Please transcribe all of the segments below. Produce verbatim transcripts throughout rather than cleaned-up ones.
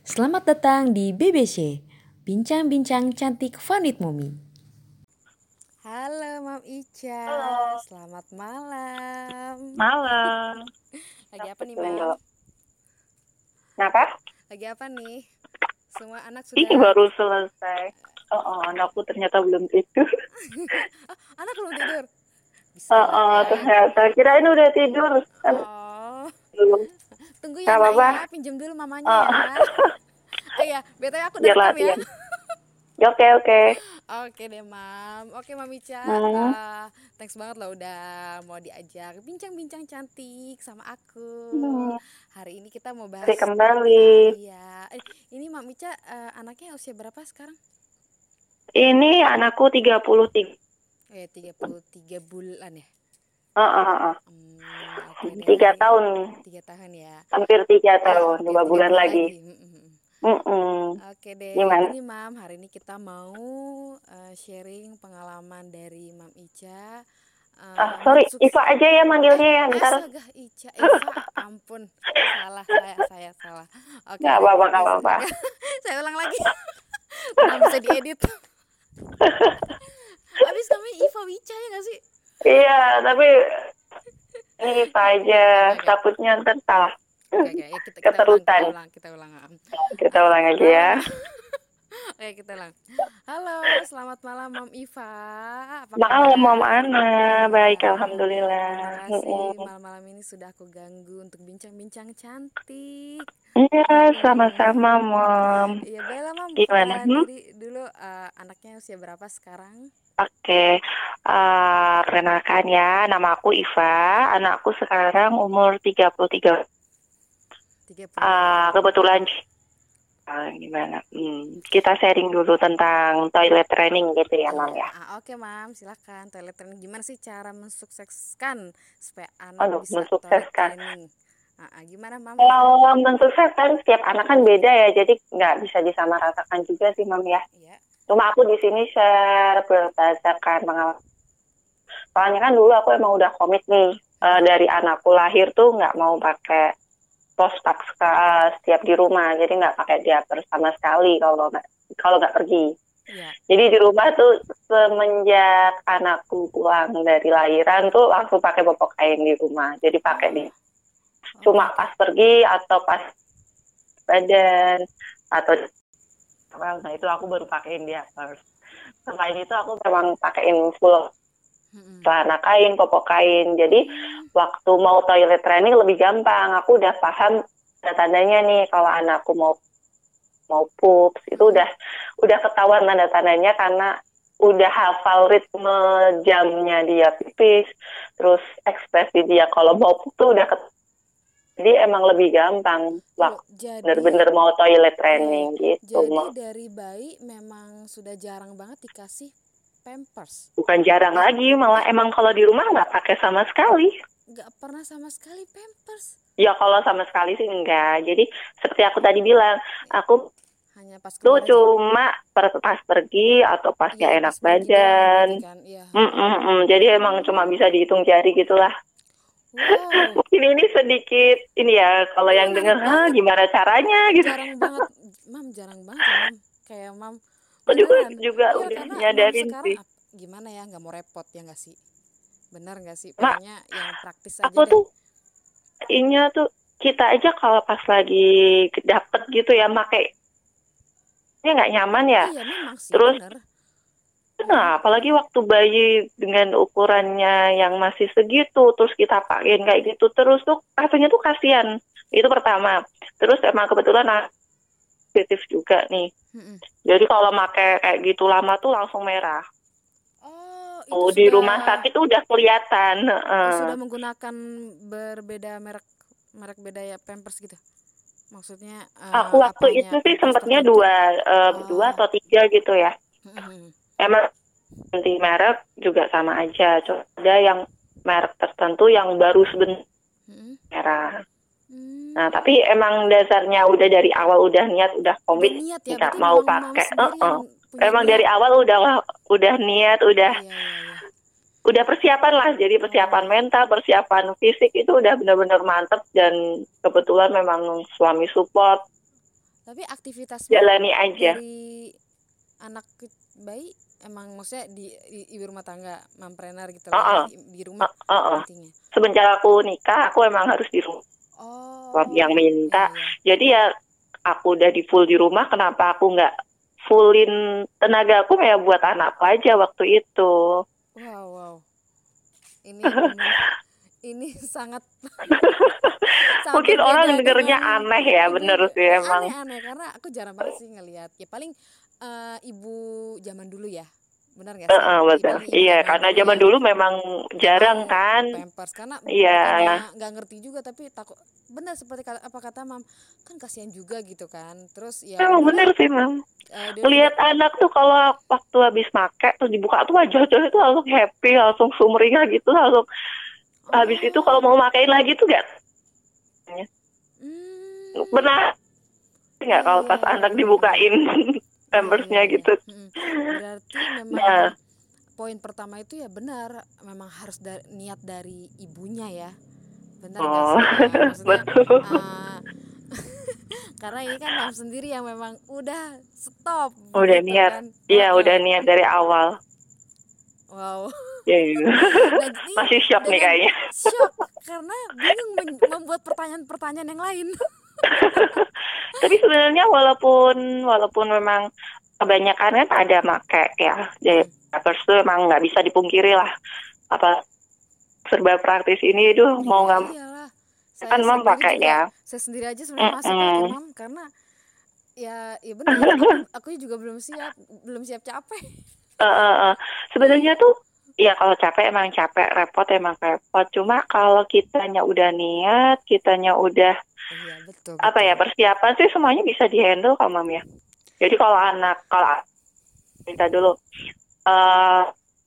Selamat datang di B B C, Bincang-bincang cantik Fun with Mommy. Halo Mam Ica, Halo, selamat malam. malam. Lagi apa nih Betulan Mam? dulu. Kenapa? Lagi apa nih? Semua anak Ih, sudah... baru selesai. Oh, oh, anakku ternyata belum tidur. Oh, anak belum tidur? Bisa Oh, lah oh, ya. ternyata. Kirain udah tidur. Kan Oh, belum. tunggu ya Gak nak apa-apa. ya, pinjam dulu mamanya Oh, ya. Oh iya, B T W aku udah biar rekam ya. latihan. Oke, oke. Oke deh Mam. Oke Mam Ica, Hmm. uh, thanks banget loh udah mau diajak bincang-bincang cantik sama aku. Hmm. Hari ini kita mau Mari bahas, ah kembali. iya. Eh, ini Mam Ica, uh, anaknya usia berapa sekarang? Ini anakku tiga puluh tiga. Eh, tiga puluh tiga bulan ya. Oh, oh, oh. Hmm, oke deh. Tiga Hari tahun. tiga tahun ya. Hampir tiga Iya, tahun. hampir Dua tiga bulan bulan lagi. lagi. Mm, mm, mm. Mm-mm. Oke deh, Gimana? gini Mam, hari ini kita mau uh, sharing pengalaman dari Mam Ica, Ah, uh, sorry. mensukses. Iva aja ya Eh, manggilnya ya. Ntar. astaga, Ica, Eva, ampun, salah, saya, saya salah. Oke Gak deh, apa-apa, gak bisa, apa-apa. saya ulang lagi. Tenang, bisa diedit. Abis namanya Iva Wica ya nggak sih? Iya, tapi ini Iva aja. Oke, oke, Takutnya ntar salah. oke, oke, ya kita kita ulang, kita Keterusan. ulang, kita ulang. Kita Uh, ulang lagi halo, ya. Ma. Oke, kita ulang. Halo, selamat malam Mam Iva. Apa Malam, Mama kabar? Ana. Baik, Iya. Terima Alhamdulillah. kasih Mm-mm. malam-malam ini sudah aku ganggu untuk bincang-bincang cantik. Iya, Mm-mm. sama-sama, Mom. Iya, boleh Mam, Gimana? kenalan Hmm? diri dulu. Eh, anaknya usia berapa sekarang? Oke, Eh, perkenalkan ya. Nama aku Iva. Anakku sekarang umur tiga puluh tiga. Tiga puluh Eh, tiga. kebetulan, eh, gimana? Hmm, kita sharing dulu tentang toilet training gitu ya, Mom Iya, ya. ah, oke Mam, silakan. Toilet training gimana sih cara mensukseskan supaya anak Aduh, bisa toilet mensukseskan. training? Ah, ah, gimana Mam Iva? Kalau mensukses kan setiap anak kan beda ya, jadi nggak bisa disamaratakan juga sih, Mam ya. Iya. Cuma aku di sini share berdasarkan pengalaman. Soalnya kan dulu aku emang udah komit nih, eh, Mm-mm. dari anakku lahir tuh nggak mau pakai pos paksa setiap di rumah, jadi nggak pakai diaper sama sekali kalau nggak kalau nggak pergi. Iya. Jadi di rumah tuh semenjak anakku pulang dari lahiran tuh langsung pakai popok kain di rumah. Jadi pakai nih Oh, oke cuma oke. pas pergi atau pas badan atau well, nah itu aku baru pakein dia first. Selain itu aku memang pakein full Mm-mm. celana kain, popok kain. Jadi Hmm. waktu mau toilet training lebih gampang. Aku udah paham tanda-tandanya nih kalau anakku mau mau pups itu Mm-mm. udah udah ketahuan tanda-tandanya karena udah hafal ritme jamnya dia pipis, terus ekspresi dia kalau mau pups tuh udah ket- jadi emang lebih gampang Oh, waktu jadi bener-bener mau toilet iya ya. training gitu. Jadi dari bayi memang sudah jarang banget dikasih pampers. Bukan jarang Eh, lagi, malah eh emang kalau di rumah nggak pakai sama sekali. nggak pernah sama sekali pampers. Ya kalau sama sekali sih enggak. Jadi seperti aku tadi bilang, aku Hanya pas tuh keluar aja. cuma per- pas pergi atau pas Iya, gak enak pas pergi doang badan. berarti kan. Iya. Mm-mm-mm. Jadi emang cuma bisa Hmm. dihitung jari gitulah. Wow. Mungkin ini sedikit ini ya, kalau Ini yang menarik denger, Hah, banget. gimana caranya gitu. Jarang banget, Mam, jarang banget loh, Mam. Kayak Mam Aku juga beneran. juga Iya, udah karena Mam nyadarin sekarang sih. ap- gimana ya, nggak mau repot ya nggak sih? Bener nggak sih? Mak, Pengennya yang praktis aja aku deh. tuh inya tuh kita aja kalau pas lagi dapet gitu ya, makainya nggak nyaman ya. Iya, memang sih Terus bener. Mm-mm. nah, apalagi waktu bayi dengan ukurannya yang masih segitu, terus kita pakein kayak gitu, terus tuh rasanya tuh kasihan. Itu pertama. Terus emang kebetulan aku sensitif juga nih. Mm-mm. Jadi kalau pakai kayak gitu lama tuh langsung merah. Oh, itu Tuh di rumah sudah sakit tuh udah kelihatan. oh, Heeh. sudah menggunakan berbeda merek merek beda ya pampers gitu. Maksudnya Aku eh, apa waktu hanya itu sih pampers sempatnya tertentu? dua, eh, dua Oh. atau tiga gitu ya. Mm-mm. Emang ganti merek juga sama aja. Cuma ada yang merek tertentu yang baru sebentar Mm-mm. merah. Nah, Hmm. tapi emang dasarnya udah dari awal udah niat, udah Udah komit niat ya, nggak berarti mau memang Mam pakai. sendiri yang Uh-uh. punya Emang dari niat. awal udah udah niat, udah Iya, iya, iya. udah persiapan lah. Jadi persiapan Oh, mental, persiapan fisik itu udah benar-benar mantep dan kebetulan memang suami support. Tapi aktivitas mam jalani aja. dari anak ke- bayi emang maksudnya di, di ibu rumah tangga, mompreneur gitu lah ya, Heeh, di, di rumah heeh. intinya. Semenjak aku nikah, aku emang harus di rumah suami yang Oh, iya minta. iya. Jadi ya aku udah di full di rumah, kenapa aku nggak fullin tenaga aku ya buat anakku aja waktu itu. Wow, wow. Ini bener ini sangat sangat Mungkin orang berbeda dengernya dengan aneh ya, bener bener sih emang. aneh-aneh karena aku jarang banget sih ngelihat. Ya paling eh, ibu zaman dulu ya. Benar gak sih? Heeh, I- betul. paling ibu Iya, zaman karena dulu zaman yang dulu memang memang jarang kan. pampers karena Iya, bukannya nggak ngerti juga tapi takut benar seperti kata, apa kata mam kan kasihan juga gitu kan terus ya memang udahlah bener sih, Mam. eh, dia udah Ngelihat anak tuh kalau waktu habis make tuh dibuka tuh wajah-wajahnya tuh langsung happy, langsung sumringah gitu, langsung habis itu kalau oh mau makain lagi tuh gak hmm benar nggak iya kalau iya pas iya anak iya iya dibukain iya iya pampersnya iya gitu. Mm-mm. Berarti memang Nah, poin pertama itu ya benar memang harus da- niat dari ibunya ya benar nggak oh, sih ya maksudnya betul. uh, karena ini kan mam sendiri yang memang udah stop Udah begitu niat, kan. iya udah Heeh. niat dari awal. Wow. Ya, gitu. Nah ini Masih shock nih dengan kayaknya. shock karena bingung men- membuat pertanyaan-pertanyaan yang lain. Tapi sebenarnya walaupun walaupun memang kebanyakan kan ada make ya, jadi Mm-mm. pampers tuh emang nggak bisa dipungkiri lah. Apa serba praktis ini itu mau Iya nggak iyalah. kan Saya mam sendiri juga, pakainya. saya sendiri aja sebenarnya masih pakai Mm-mm. mam karena ya ya benar aku aku juga belum siap belum siap capek. Eh, eh, eh. Sebenarnya tuh ya kalau capek emang capek, repot emang repot. Cuma kalau kitanya udah niat, kitanya udah Iya betul apa betul. ya persiapan sih semuanya bisa dihandle kok mam ya. Jadi kalau anak kalau minta dulu eh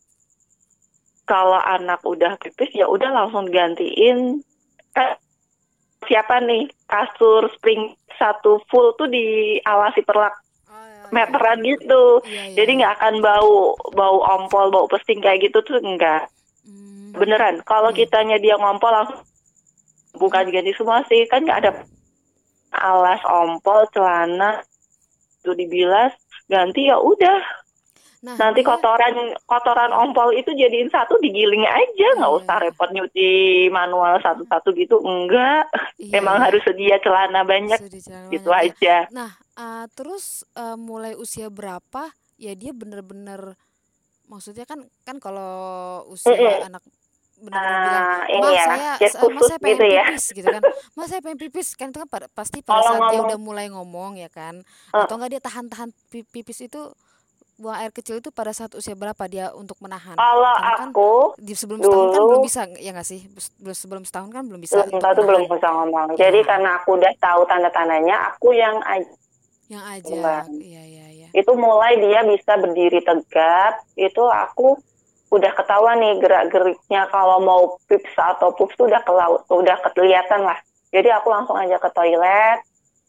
kalau anak udah pipis ya udah langsung gantiin eh, siapa nih kasur spring satu full tuh dialasi perlak Oh iya iya iya. meteran gitu. Iya iya Jadi iya. nggak akan bau bau ompol, bau pesing kayak gitu tuh enggak. Hmm, Beneran. Kalau hmm, kitanya dia ngompol langsung hmm. bukan ganti semua sih, kan nggak ada alas ompol, celana itu dibilas, ganti ya udah. Nah Nanti dia kotoran kotoran hmm, ompol itu jadiin satu digiling aja, nggak iya usah iya repot nyuci manual satu-satu gitu, enggak. iya Emang iya. harus sedia celana banyak Sudah jalan gitu banyak ya. aja. Nah, uh, terus uh, mulai usia berapa ya dia bener-bener maksudnya kan kan kalau usia Mm-mm. anak bener-bener bilang, Nah, ini "Mah, ya, saya case Mah khusus saya gitu pengen ya. pipis," gitu kan. "Mah saya pengen pipis." Kan itu kan pada- pasti pada Kalau saat dia ngomong udah mulai ngomong ya kan. eh, Atau enggak dia tahan-tahan pi- pipis itu buang air kecil itu pada saat usia berapa dia untuk menahan? kalau Karena kan aku di sebelum setahun kan belum dulu bisa ya nggak sih? Belum sebelum setahun kan belum bisa belum untuk tahu belum menahan. bisa ngomong. Jadi Ya, karena aku udah tahu tanda-tandanya, aku yang yang ajak. ajaban. Iya, iya, iya. Itu mulai dia bisa berdiri tegap, itu aku udah ketahuan nih gerak-geriknya kalau mau pips atau pups tuh udah ke laut, udah kelihatan lah. Jadi aku langsung aja ke toilet,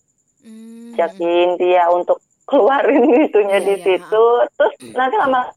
Hmm, mm, mm. jakin dia untuk keluarin itunya Iya, di iya, ha. situ. Terus nanti lama.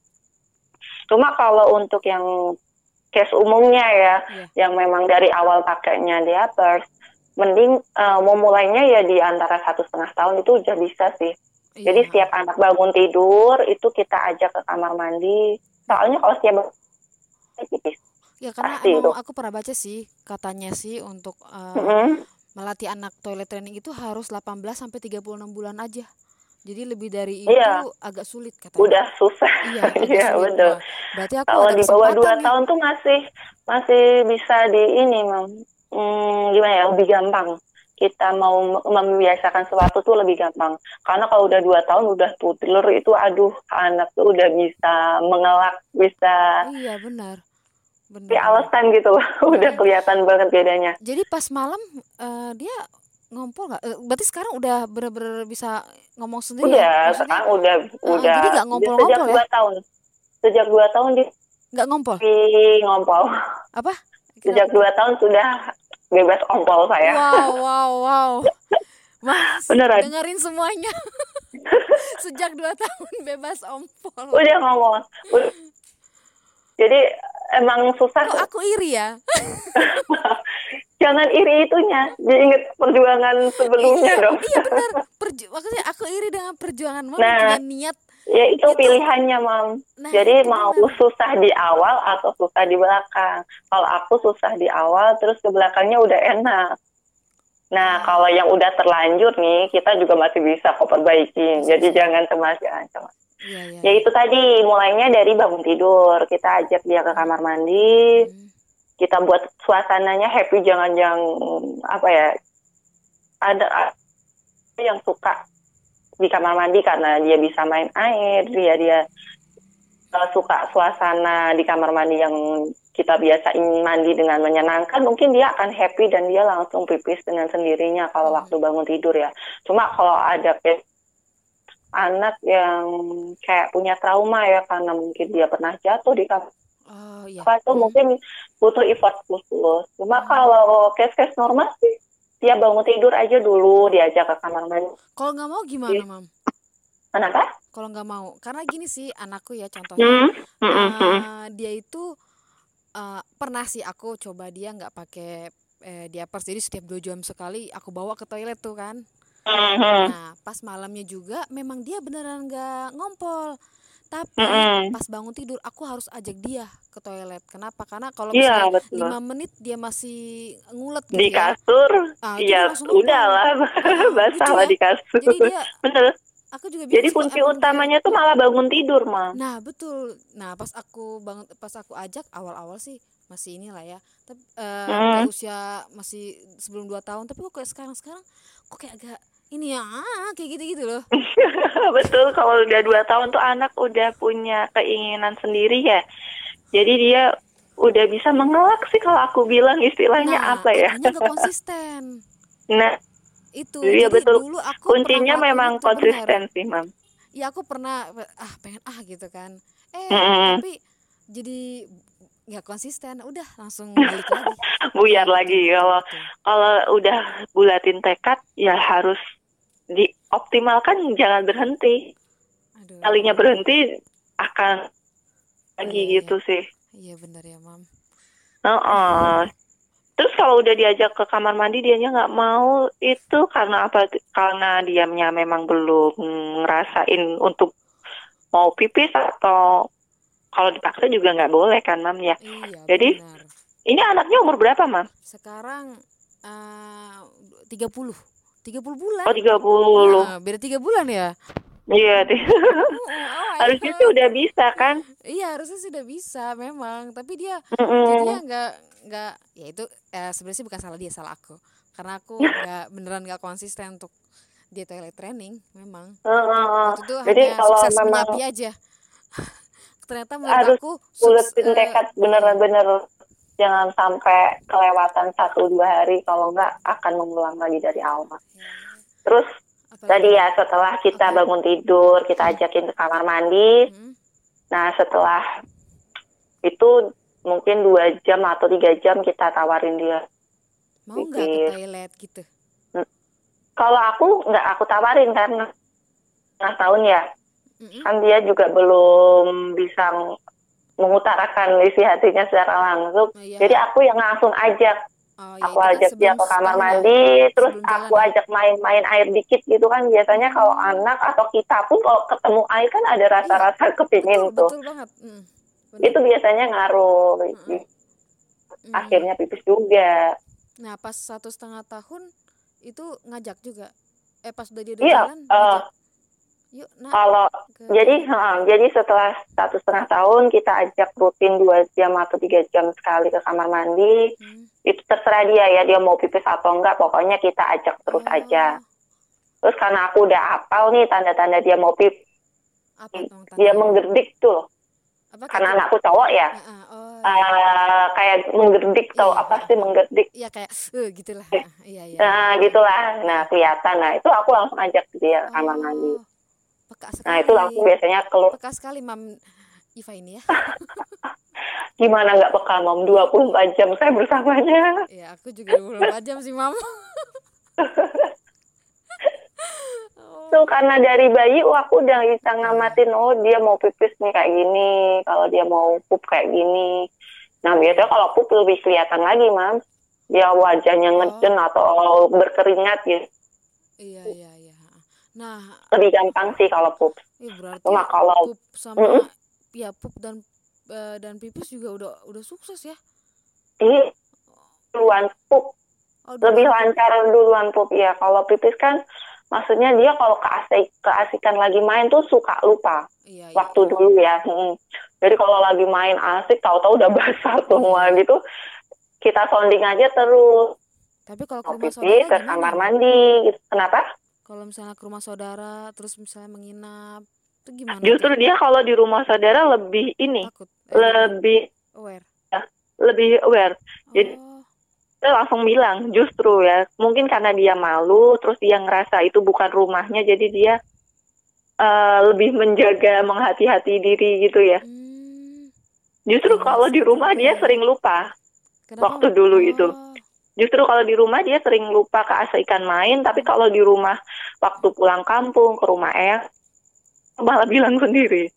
Cuma kalau untuk yang case umumnya ya, Iya. yang memang dari awal pakainya diapers, mending uh, mau mulainya ya di antara satu setengah tahun itu udah bisa sih. Iya, Jadi ha. setiap anak bangun tidur itu kita ajak ke kamar mandi. Soalnya kalau setiap bangun pipis Ya karena pasti emang itu. aku pernah baca sih katanya sih untuk eh, Mm-mm. melatih anak toilet training itu harus delapan belas sampai tiga puluh enam bulan aja. Jadi lebih dari itu Iya, agak sulit katanya. udah susah. Iya, agak Iya sulit. betul. Wah, berarti aku Kalau ada di bawah kesempatan dua nih. tahun tuh masih masih bisa di ini, Mam. Hmm, gimana ya? Lebih gampang. Kita mau membiasakan sesuatu tuh lebih gampang. Karena kalau udah dua tahun udah toddler itu, aduh, anak tuh udah bisa mengelak, bisa Iya, benar. di Benar-benar. alasan gitu loh. Udah Mm-mm. kelihatan banget bedanya. Jadi pas malam eh, dia ngompol nggak? Eh, berarti sekarang udah bener-bener bisa ngomong sendiri ya? Udah, Maksudnya, sekarang udah, eh, eh, udah jadi nggak sejak ngompol-ngompol ya? dua tahun. Sejak dua tahun dia Nggak ngompol? ngompol. Apa? Sejak Kenapa? dua tahun sudah bebas ompol saya. Wow, wow, wow. Mas, Beneran. dengerin semuanya. Sejak dua tahun bebas ompol. Udah ngomong. Udah. Jadi emang susah. Kok aku iri ya? Jangan iri itunya. Diinget perjuangan I- sebelumnya iya, dong. iya benar. perju maksudnya aku iri dengan perjuangan Mam yang Nah, punya niat ya itu itu. pilihannya, Mam. Nah, Jadi itu mau benar. susah di awal atau susah di belakang. Kalau aku susah di awal, terus ke belakangnya udah enak. Nah, Oh, kalau yang udah terlanjur nih, kita juga masih bisa kok perbaiki. bisa Jadi bisa. jangan cemas, jangan cemas. Iya iya Ya iya. itu tadi, mulainya dari bangun tidur. Kita ajak dia ke Hmm. kamar mandi. Hmm. Kita buat suasananya happy, jangan yang apa ya, ada ada yang suka di kamar mandi karena dia bisa main air, dia dia uh, suka suasana di kamar mandi yang kita biasain mandi dengan menyenangkan, mungkin dia akan happy dan dia langsung pipis dengan sendirinya kalau Hmm. waktu bangun tidur ya. Cuma kalau ada kayak anak yang kayak punya trauma ya karena mungkin dia pernah jatuh di kamar Oh iya. apa itu Hmm. mungkin butuh effort khusus. Cuma Hmm. kalau case-case normal sih dia bangun tidur aja dulu diajak ke kamar mandi. Kalau nggak mau gimana, Mam? Kenapa? Kalau nggak mau, karena gini sih anakku ya contohnya, Hmm, hmm, hmm, hmm. uh, dia itu uh, pernah sih aku coba dia nggak pakai eh, diapers, jadi setiap dua jam sekali aku bawa ke toilet tuh kan. Hmm, hmm, Nah pas malamnya juga memang dia beneran nggak ngompol, hmm, tapi hmm. pas bangun tidur aku harus ajak dia ke toilet. Kenapa? Karena kalau Iya misalnya betul. lima menit dia masih ngulet Di gitu ya, kasur, ah itu dia ya langsung ngompol. udahlah, Ah, ah, basah lucu lah ya. di kasur. Jadi dia, Bener. aku juga Jadi bingung sih kok kunci emang dia. utamanya tuh malah bangun tidur, Mam. Nah betul. Nah pas aku bangun, pas aku ajak awal-awal sih masih inilah ya. Tapi eh, kayak Hmm. usia masih sebelum dua tahun. Tapi kok kayak sekarang-sekarang kok kayak agak ini ya, ah, kayak gitu-gitu loh. Betul, kalau udah dua tahun tuh anak udah punya keinginan sendiri ya. Jadi dia udah bisa mengelak sih kalau aku bilang istilahnya Nah apa ya. akunya gak konsisten. Nah, Itu iya jadi betul. dulu aku pernah Kuncinya ngelakuin memang itu bener. konsisten sih, Mam. Ya aku pernah ah pengen ah gitu kan. Eh Mm-mm. tapi jadi nggak konsisten. Udah langsung balik lagi. Buyar Iya betul lagi betul kalau betul. kalau udah bulatin tekad ya harus dioptimalkan, jangan berhenti. Kalinya Aduh. berhenti akan lagi Iya iya. gitu sih. Iya benar ya, Mam. Heeh. Terus kalau udah diajak ke kamar mandi dianya nggak mau, itu karena apa? Karena diamnya memang belum ngerasain untuk mau pipis, atau kalau dipaksa juga nggak boleh kan, Mam ya. Iya Jadi benar. ini anaknya umur berapa, Mam? Sekarang uh, tiga puluh tiga puluh bulan. Oh, tiga puluh. Heeh, beda tiga bulan ya. Iya, Uh, oh my harusnya sih god. udah bisa kan? Iya harusnya sudah bisa memang, tapi dia jadinya Mm-mm. nggak nggak ya itu eh, sebenarnya sih bukan salah dia, salah aku. Karena aku nggak beneran nggak konsisten untuk dia toilet training memang. Heeh. Waktu itu Jadi hanya kalau sukses memang menyapi aja. Ternyata menurut harus aku suks, buletin eh, tekad iya. bener-bener, jangan sampai kelewatan satu dua hari, kalau nggak akan mengulang lagi dari awal. Iya, iya. Terus Apalagi tadi nih? ya setelah kita Oke. bangun tidur, kita Hmm. ajakin ke kamar mandi. Hmm. Nah setelah itu mungkin dua jam atau tiga jam kita tawarin dia Mau nggak ke pipis. toilet gitu? Kalau aku nggak aku tawarin karena setengah tahun ya, Mm-mm. kan dia juga belum bisa mengutarakan isi hatinya secara langsung. Oh iya. Jadi aku yang langsung ajak. Oh ya Aku itu kan ajak dia sebelum ke kamar setahun ya, mandi, terus sebelum jalan aku ya. ajak main-main air dikit gitu kan. Biasanya kalau Hmm. anak atau kita pun kalau ketemu air kan ada Iya rasa-rasa betul kepingin tuh. betul banget. Mm, benar. Itu biasanya ngaruh. Mm-mm. Mm. Akhirnya pipis juga. Nah pas satu setengah tahun itu ngajak juga. Eh pas udah dia udah Iya, jalan eh, ngajak. Yuk nak kalau ke jadi, toilet. eh, jadi setelah satu setengah tahun kita ajak rutin dua jam atau tiga jam sekali ke kamar mandi. Hmm. Itu terserah dia ya, dia mau pipis atau enggak, pokoknya kita ajak terus aja. Oh Terus karena aku udah hafal nih tanda-tanda dia mau pipis, apa tuh dia tandanya? menggerdik tuh. Apa kayak Karena gim- anakku cowok ya, Ah, ah, oh iya. eh, kayak menggerdik, Iya tau iya. apa Ah, sih ah. menggerdik? Iya kayak eh gitulah. Ah, ah. Iya iya iya. Nah gitulah, nah kelihatan. Nah itu aku langsung ajak dia ke kamar mandi. Oh peka Nah itu langsung sekali. biasanya keluar. Peka sekali Mam Iva ini ya. Gimana nggak peka, Mam? dua puluh empat jam saya bersamanya. Ya aku juga dua puluh empat jam sih Mam. Tuh Oh. karena dari bayi, oh, aku udah bisa ngamatin, oh dia mau pipis nih kayak gini, kalau dia mau pup kayak gini. Nah biasanya kalau pup lebih kelihatan lagi, Mam. Dia wajahnya Oh ngeden atau berkeringat gitu. iya iya iya. Nah, Lebih gampang sih kalau pup. eh Cuma berarti kalau pup mm-mm, sama ya pup dan eh, dan pipis juga udah udah sukses ya. ini duluan pup, Oh, lebih duluan pup. lancar duluan pup ya. Kalau pipis kan maksudnya dia kalau keasik keasikan lagi main tuh suka lupa Iya, iya, waktu iya. dulu ya. Mm. Jadi kalau lagi main asik tahu-tahu udah basah Oh semua iya. gitu, kita sounding aja terus Tapi kalau ke mau rumah pipis saudara ke gimana, kamar Mam? mandi gitu. Kenapa? Kalau misalnya ke rumah saudara terus misalnya menginap, itu gimana tuh? Justru dia kalau di rumah saudara lebih ini, Takut, eh lebih lebih aware. ya, lebih aware. Jadi Oh, dia langsung bilang justru ya, mungkin karena dia malu, terus dia ngerasa itu bukan rumahnya, jadi dia eh, lebih menjaga, menghati-hati diri gitu ya. hmm, Justru kalau dewasa di rumah juga dia ya. sering lupa Kenapa, waktu Mam? dulu itu. Oh, Justru kalau di rumah dia sering lupa keasikan main, tapi kalau di rumah waktu pulang kampung ke rumah Eyang malah bilang sendiri.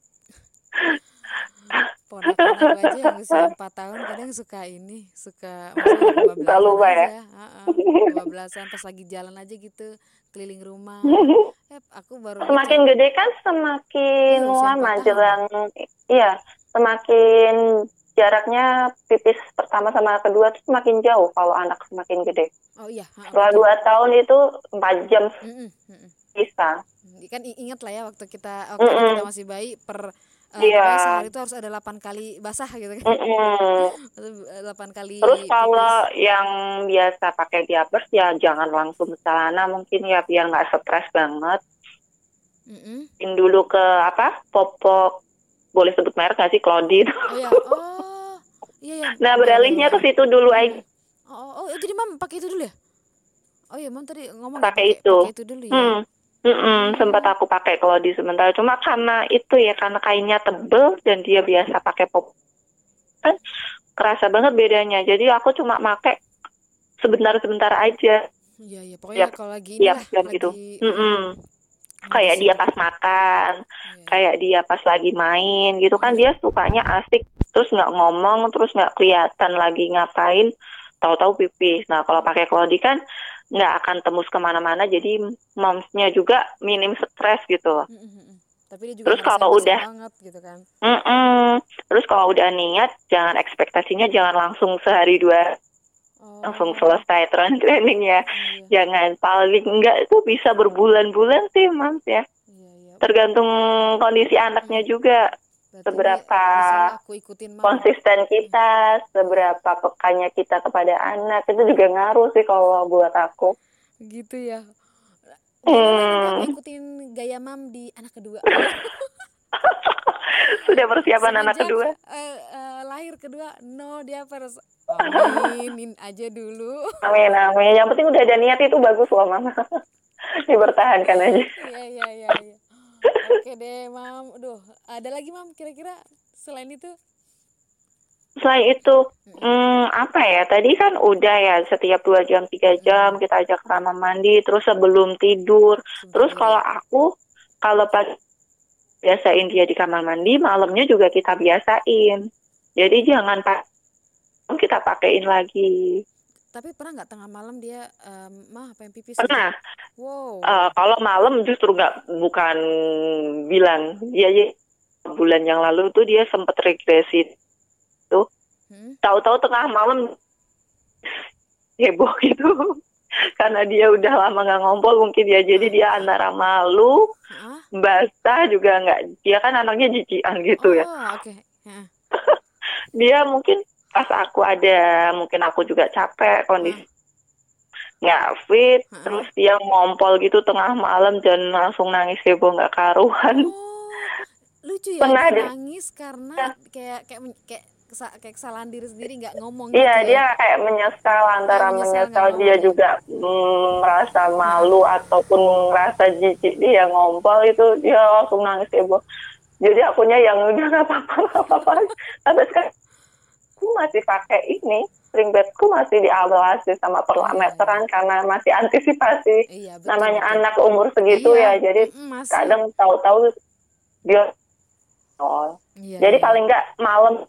ponak-ponak gue aja yang usia empat tahun kadang suka ini, suka maksudnya Gak kebablasan lupa ya. aja, heeh. Kebablasan pas lagi jalan aja gitu, keliling rumah. Eh, aku baru lihat Semakin sampai, gede kan semakin iya usia lama empat tahun ya. jelang, iya, semakin jaraknya pipis pertama sama kedua tuh semakin jauh kalau anak semakin gede. Oh iya, heeh, Setelah betul. dua tahun itu empat jam Mm-mm, mm-mm. bisa. Kan i- ingat lah ya waktu kita waktu anak kita Mm-mm, masih bayi per eh, iya, pokoknya sehari itu harus ada delapan kali basah gitu kan. mm-mm. delapan Terus kali kalau pipis. yang biasa pakai diapers ya jangan langsung ke celana mungkin ya biar nggak stres banget. Mm-mm. In dulu ke apa popok, boleh sebut merek nggak sih, Claudine. Oh ya, oh iya ya, Nah boleh boleh beralihnya ke boleh. situ dulu Mm-mm. aja, Oh, oh, oh, jadi mam pakai itu dulu ya? Oh iya, mam tadi ngomong ya pakai pakai itu. pakai itu dulu ya. Hmm. Mm-mm, sempat Hmm. aku pakai Claudine sebentar. Cuma karena itu ya karena kainnya tebel dan dia biasa pakai pop kan kerasa banget bedanya. Jadi aku cuma pakai sebentar-sebentar aja Iya iya, pokoknya tiap kalau lagi tiap inilah jam gitu. lagi mm-mm, Mm-mm. lagi Kayak dia sibuk. pas makan, Iya iya. kayak dia pas lagi main gitu kan Mm-mm. dia sukanya asik terus nggak ngomong terus nggak kelihatan lagi ngapain, tahu-tahu pipis. Nah kalau pakai Claudie kan nggak akan tembus kemana-mana jadi momsnya juga minim stres gitu. Mm-mm, mm-mm. Tapi dia juga Terus ngerasain kalau basah udah, banget gitu kan. mm-mm. Terus kalau udah niat jangan ekspektasinya jangan langsung sehari dua langsung Oh, selesai training training ya. mm, iya Jangan, paling enggak itu bisa berbulan-bulan sih Mams ya. iya iya. Tergantung kondisi anaknya Mm. juga. Berarti ini Seberapa bisa lah aku ikutin mam. konsisten Mm, kita, iya. seberapa pekanya kita kepada anak, itu juga ngaruh sih kalau buat aku. Gitu ya. Gimana nanti aku Hmm, ikutin gaya mam di anak kedua. sudah persiapan anak Semenjak kedua. eh, eh, lahir kedua, no dia harus aminin aja dulu. Amin, amin. Yang penting udah ada niat itu bagus loh, Mama. Dipertahankan aja. Iya iya iya iya. Oke deh mam. Aduh, ada lagi mam kira-kira selain itu? Selain itu, Mm-mm, hmm, apa ya? Tadi kan udah ya setiap dua jam, tiga jam mm-mm. kita ajak ke kamar mandi, terus sebelum tidur. Sebelum Terus tidur kalau ya. aku, kalau pagi biasain dia di kamar mandi, malamnya juga kita biasain. Jadi jangan pak kita pakein lagi. Tapi pernah nggak tengah malam dia em, mah pengen pipis gitu? Pernah, eh, Wow. kalau malam justru nggak bukan bilang dia ya, bulan yang lalu tuh dia sempat regresi tuh. Hmm? Tahu-tahu tengah malam heboh gitu. Karena dia udah lama nggak ngompol mungkin ya. Jadi Heeh, dia heeh. antara malu, Heeh. basah juga nggak. Dia kan anaknya jijik gitu ya. Oh, oke. Heeh. Dia mungkin pas aku ada, mungkin aku juga capek, Heeh. kondisi nggak fit, Heeh. terus dia ngompol gitu tengah malam dan langsung nangis heboh nggak karuan. Oh, lucu ya Pernah dia ada, nangis karena kayak kayak men- kayak kesa- kayak kesalahan diri sendiri nggak ngomong iya gitu dia ya. kayak menyesal Ah, antara menyesal nggak menyesal ngomong dia ya. juga mm, merasa Heeh. malu ataupun merasa jijik dia ngompol itu dia langsung nangis heboh. Jadi akunya yang udah nggak apa-apa nggak apa-apa. Tapi sekarang aku masih pakai ini spring bedku masih diawasi sama Oh iya iya. permeteran karena masih antisipasi Iya, betul namanya betul. anak umur segitu Iya, ya jadi mm-mm, masih. kadang tahu-tahu dia nol. Iya Jadi iya iya. paling nggak malam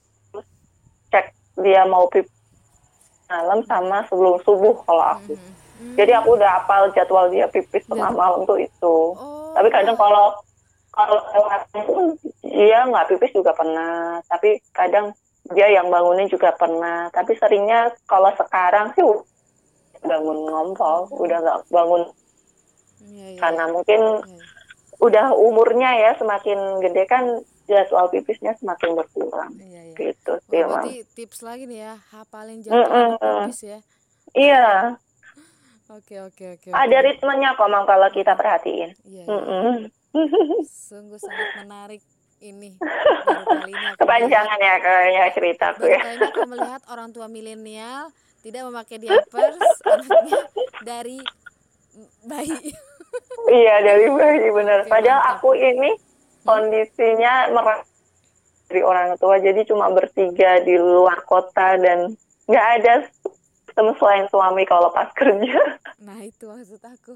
cek dia mau pipi malam sama sebelum subuh kalau aku. Mm-mm. Jadi Hmm, aku udah hafal jadwal dia pipis tengah jatuh. malam tuh itu. Tapi Oh, kadang wah. kalau kalau lewatnya pun dia nggak pipis juga pernah. Tapi kadang dia yang bangunin juga pernah. Tapi seringnya kalau sekarang sih udah bangun ngompol, udah nggak bangun Iya, iya, karena iya. mungkin Iya, iya. udah umurnya ya semakin gede kan jadwal pipisnya semakin berkurang. Iya, iya. Gitu Wah, sih, Mam. berarti tips lagi nih ya, hafalin jadwal anak Mm-mm. pipis ya. Iya, Oke, oke, oke, ada oke. ritmenya kok, Mam, kalau kita Mm-mm. perhatiin. Iya, iya, iya. Mm-mm. Sungguh sangat menarik ini. Baru kali ini aku melihat, Kepanjangan ya kayaknya ceritaku baru ya. kali ini aku melihat orang tua milenial tidak memakai diapers anaknya dari bayi. Iya, dari bayi bener. Oke, Padahal mantap. aku ini Hmm? kondisinya merah dari orang tua, jadi cuma bertiga di luar kota dan nggak ada teman selain suami kalau pas kerja. Nah, itu maksud aku.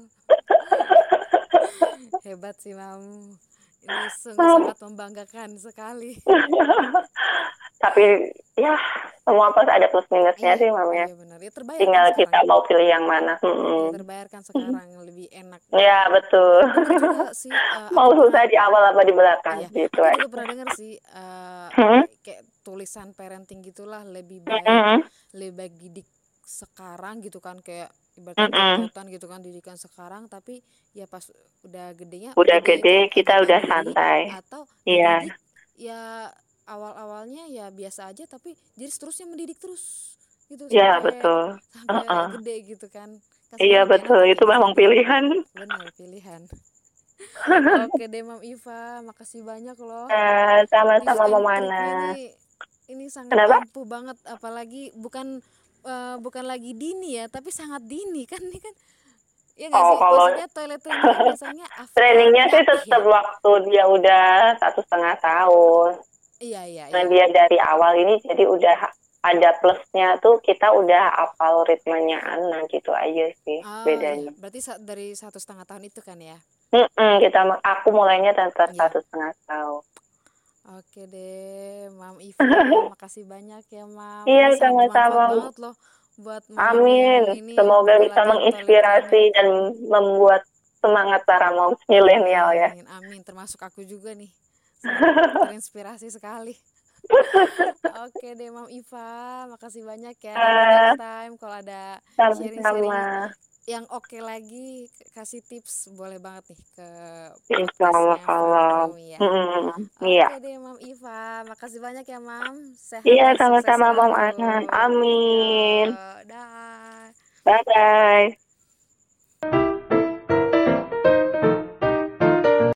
Hebat sih, Mam. Ini sungguh sangat membanggakan sekali. Tapi ya semua pas ada plus minusnya Iya, sih, Mam, ya. iya benar. Ya terbayarkan Tinggal sekarang. kita mau pilih yang mana. Iya, Mm-mm. terbayarkan sekarang lebih enak. Ya, betul. Bener juga sih, eh, Mau aku pernah, susah di awal apa di belakang iya, gitu aku juga aja. pernah dengar sih, eh, Hmm? kayak tulisan parenting gitulah, lebih baik, Mm-mm. lebih baik didik sekarang gitu kan, kayak ibaratnya Mm-mm. jot-jotan gitu kan, didikan sekarang, tapi ya pas udah gedenya, Udah gede gede itu kita agak udah mandiri, santai. atau Iya, dididik ya awal-awalnya ya biasa aja, tapi jadi seterusnya mendidik terus gitu iya sampai betul. sampai Uh-uh. gede gitu kan. Kan Iya sekarang lebih enak betul, tuh itu kayak gitu memang lebih pilihan. benar pilihan. Oke deh Mam Iva, makasih banyak loh. Eh, Tips sama-sama and Memana. triknya nih ini sangat Kenapa? ampuh banget, apalagi bukan eh, bukan lagi dini ya, tapi sangat dini kan ini kan. Ya nggak Oh, sih? kalau Maksudnya toilet training kan biasanya after trainingnya sih diapih ya? tetap waktu dia udah satu setengah tahun. Iya, iya, Nah, iya. dia dari awal ini jadi udah ada plusnya tuh kita udah hafal ritmenya anak gitu aja sih Oh iya, bedanya. berarti sa- dari satu setengah tahun itu kan ya? Mm-mm, kita aku mulainya tanpa Iya. satu setengah tahun. Oke deh, Mam Iva, makasih banyak ya Mam. Iya Ini sangat sama-sama. bermanfaat banget loh buat mama-mama Amin. yang ini yang Semoga bakal bisa latihan toilet menginspirasi training. dan membuat semangat para moms milenial ya. Amin, amin. Termasuk aku juga nih. Sangat terinspirasi sekali. Oke deh Mam Iva, makasih banyak ya. Nanti next Eh, time kalau ada sama-sama. sharing-sharing yang oke lagi, kasih tips boleh banget nih ke Insya Allah podcastnya Fanit kalau. Mommy ya. Mm, iya. Oke deh Mam Iva, makasih banyak ya Mam. Sehat Iya dan sukses sama-sama Mom selalu. Anan. Yo, Amin. dah. Bye-bye.